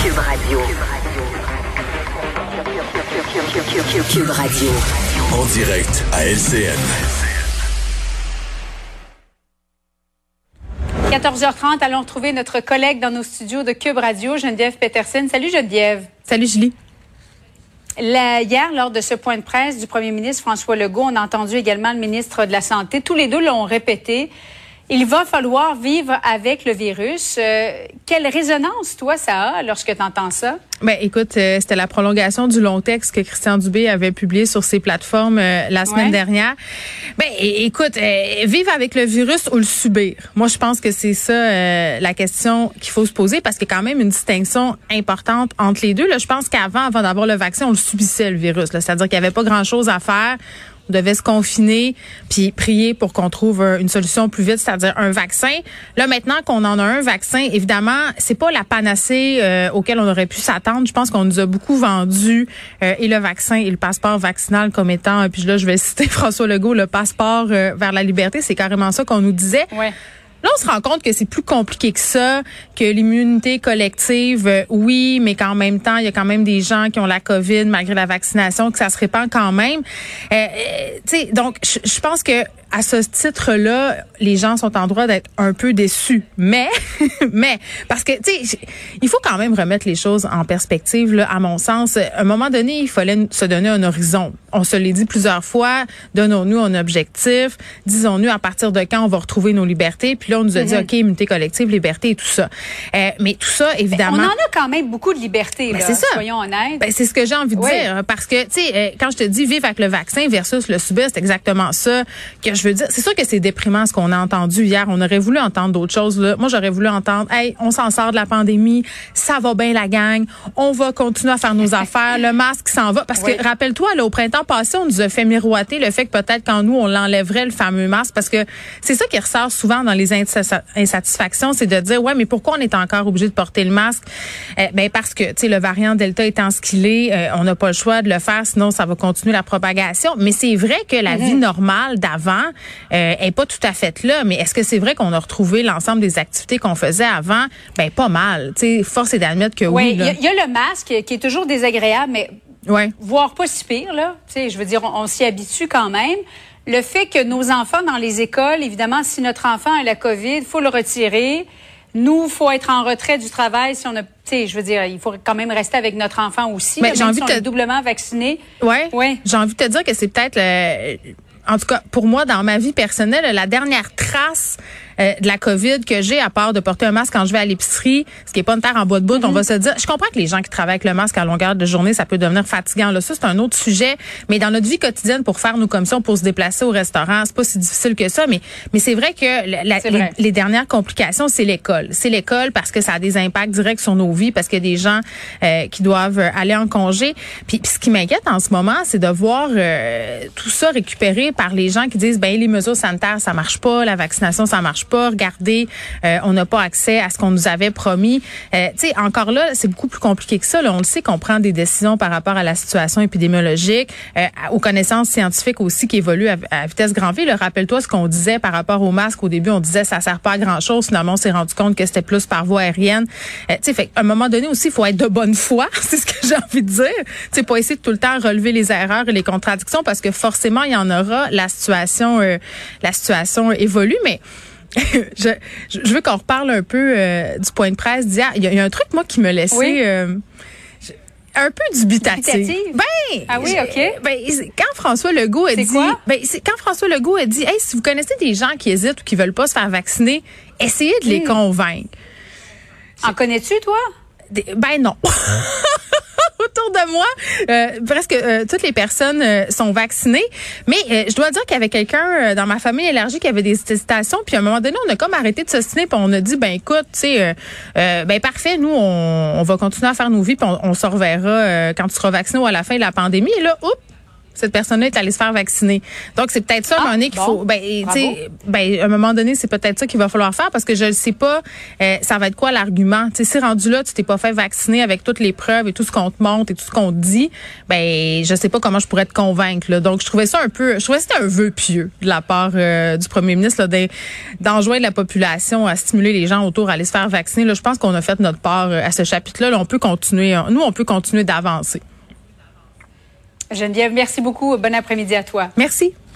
Radio. Cube Radio. En direct à LCN. 14h30, allons retrouver notre collègue dans nos studios de Cube Radio, Geneviève Peterson. Salut Geneviève. Salut Julie. Hier, lors de ce point de presse du premier ministre François Legault, on a entendu également le ministre de la Santé. Tous les deux l'ont répété. Il va falloir vivre avec le virus. Quelle résonance, toi, ça a lorsque tu entends ça? Ben, écoute, c'était la prolongation du long texte que Christian Dubé avait publié sur ses plateformes la semaine dernière. Ben, écoute, vivre avec le virus ou le subir? Moi, je pense que c'est ça la question qu'il faut se poser parce qu'il y a quand même une distinction importante entre les deux. Là, je pense avant d'avoir le vaccin, on le subissait, le virus. Là. C'est-à-dire qu'il n'y avait pas grand-chose à faire. On devait se confiner puis prier pour qu'on trouve une solution plus vite, c'est-à-dire un vaccin. Là, maintenant qu'on en a un vaccin, évidemment, c'est pas la panacée auquel on aurait pu s'attendre. Je pense qu'on nous a beaucoup vendu et le vaccin et le passeport vaccinal comme étant, puis là, je vais citer François Legault, le passeport vers la liberté. C'est carrément ça qu'on nous disait. Ouais. Là, on se rend compte que c'est plus compliqué que ça, que l'immunité collective, oui, mais qu'en même temps, il y a quand même des gens qui ont la COVID malgré la vaccination, que ça se répand quand même. Donc, je pense que à ce titre-là, les gens sont en droit d'être un peu déçus. Mais, parce que, tu sais, il faut quand même remettre les choses en perspective, là, à mon sens. À un moment donné, il fallait se donner un horizon. On se l'est dit plusieurs fois. Donnons-nous un objectif. Disons-nous à partir de quand on va retrouver nos libertés. Puis là, on nous a dit, OK, immunité collective, liberté et tout ça. Mais tout ça, évidemment. On en a quand même beaucoup de liberté, là. C'est ça. Soyons honnêtes. C'est ce que j'ai envie de dire. Parce que, tu sais, quand je te dis vivre avec le vaccin versus le subir, c'est exactement ça que je veux dire. C'est sûr que c'est déprimant ce qu'on a entendu hier. On aurait voulu entendre d'autres choses, là. Moi, j'aurais voulu entendre, hey, on s'en sort de la pandémie, ça va bien la gang, on va continuer à faire nos affaires, le masque s'en va. Parce que, rappelle-toi, là, au printemps passé, on nous a fait miroiter le fait que peut-être quand nous, on l'enlèverait, le fameux masque, parce que c'est ça qui ressort souvent dans les insatisfactions, c'est de dire, ouais, mais pourquoi on est encore obligé de porter le masque? Parce que, tu sais, le variant Delta étant ce qu'il est, on n'a pas le choix de le faire, sinon ça va continuer la propagation. Mais c'est vrai que la vie normale d'avant, est pas tout à fait là, mais est-ce que c'est vrai qu'on a retrouvé l'ensemble des activités qu'on faisait avant? Ben, pas mal. Tu sais, force est d'admettre que oui. Oui, il y a le masque qui est toujours désagréable, mais voire pas si pire, là. Tu sais, je veux dire, on s'y habitue quand même. Le fait que nos enfants dans les écoles, évidemment, si notre enfant a la COVID, faut le retirer. Nous, faut être en retrait du travail si on a, tu sais, je veux dire, il faut quand même rester avec notre enfant aussi. Mais là, même si on est doublement vacciné. Ouais. J'ai envie de te dire que c'est peut-être en tout cas, pour moi, dans ma vie personnelle, la dernière trace de la COVID que j'ai, à part de porter un masque quand je vais à l'épicerie, ce qui est pas une terre en bois de bout, on va se dire. Je comprends que les gens qui travaillent avec le masque à longueur de journée, ça peut devenir fatigant. Là, ça, c'est un autre sujet. Mais dans notre vie quotidienne, pour faire nos commissions, pour se déplacer au restaurant, c'est pas si difficile que ça. Mais c'est vrai que les dernières complications, c'est l'école. C'est l'école parce que ça a des impacts directs sur nos vies, parce qu'il y a des gens qui doivent aller en congé. Puis ce qui m'inquiète en ce moment, c'est de voir tout ça récupéré par les gens qui disent, les mesures sanitaires, ça marche pas, la vaccination, ça marche pas. Regardez, on n'a pas accès à ce qu'on nous avait promis. Tu sais, encore là, c'est beaucoup plus compliqué que ça. Là. On le sait qu'on prend des décisions par rapport à la situation épidémiologique, aux connaissances scientifiques aussi qui évoluent à vitesse grand V. Là, rappelle-toi ce qu'on disait par rapport au masque. Au début, on disait ça sert pas à grand-chose. Finalement, on s'est rendu compte que c'était plus par voie aérienne. Tu sais, fait à un moment donné aussi, il faut être de bonne foi. C'est ce que j'ai envie de dire. Tu sais, pas essayer de tout le temps relever les erreurs et les contradictions parce que forcément, il y en aura. La situation évolue, mais je veux qu'on reparle un peu du point de presse d'hier. Il y a un truc, moi, qui me laissait un peu dubitatif. Ah oui, OK. Quand François Legault a dit... Quoi? Quand François Legault a dit, hey, si vous connaissez des gens qui hésitent ou qui veulent pas se faire vacciner, essayez de les convaincre. En connais-tu, toi? Non. Autour de moi, presque toutes les personnes sont vaccinées. Mais je dois dire qu'il y avait quelqu'un dans ma famille élargie qui avait des hésitations. Puis à un moment donné, on a comme arrêté de s'ostiner. Puis on a dit, écoute, tu sais, parfait, nous, on va continuer à faire nos vies. Puis on se reverra quand tu seras vacciné ou à la fin de la pandémie. Et là, cette personne-là est allée se faire vacciner. Donc, c'est peut-être ça, à un moment donné, qu'il faut... à un moment donné, c'est peut-être ça qu'il va falloir faire parce que je ne sais pas, ça va être quoi l'argument. Tu sais, si rendu là, tu t'es pas fait vacciner avec toutes les preuves et tout ce qu'on te montre et tout ce qu'on te dit, je sais pas comment je pourrais te convaincre. Là. Donc, je trouvais que c'était un vœu pieux de la part du premier ministre là, d'enjoindre la population à stimuler les gens autour à aller se faire vacciner. Là, je pense qu'on a fait notre part à ce chapitre-là. Là, on peut continuer d'avancer. Geneviève, merci beaucoup. Bon après-midi à toi. Merci.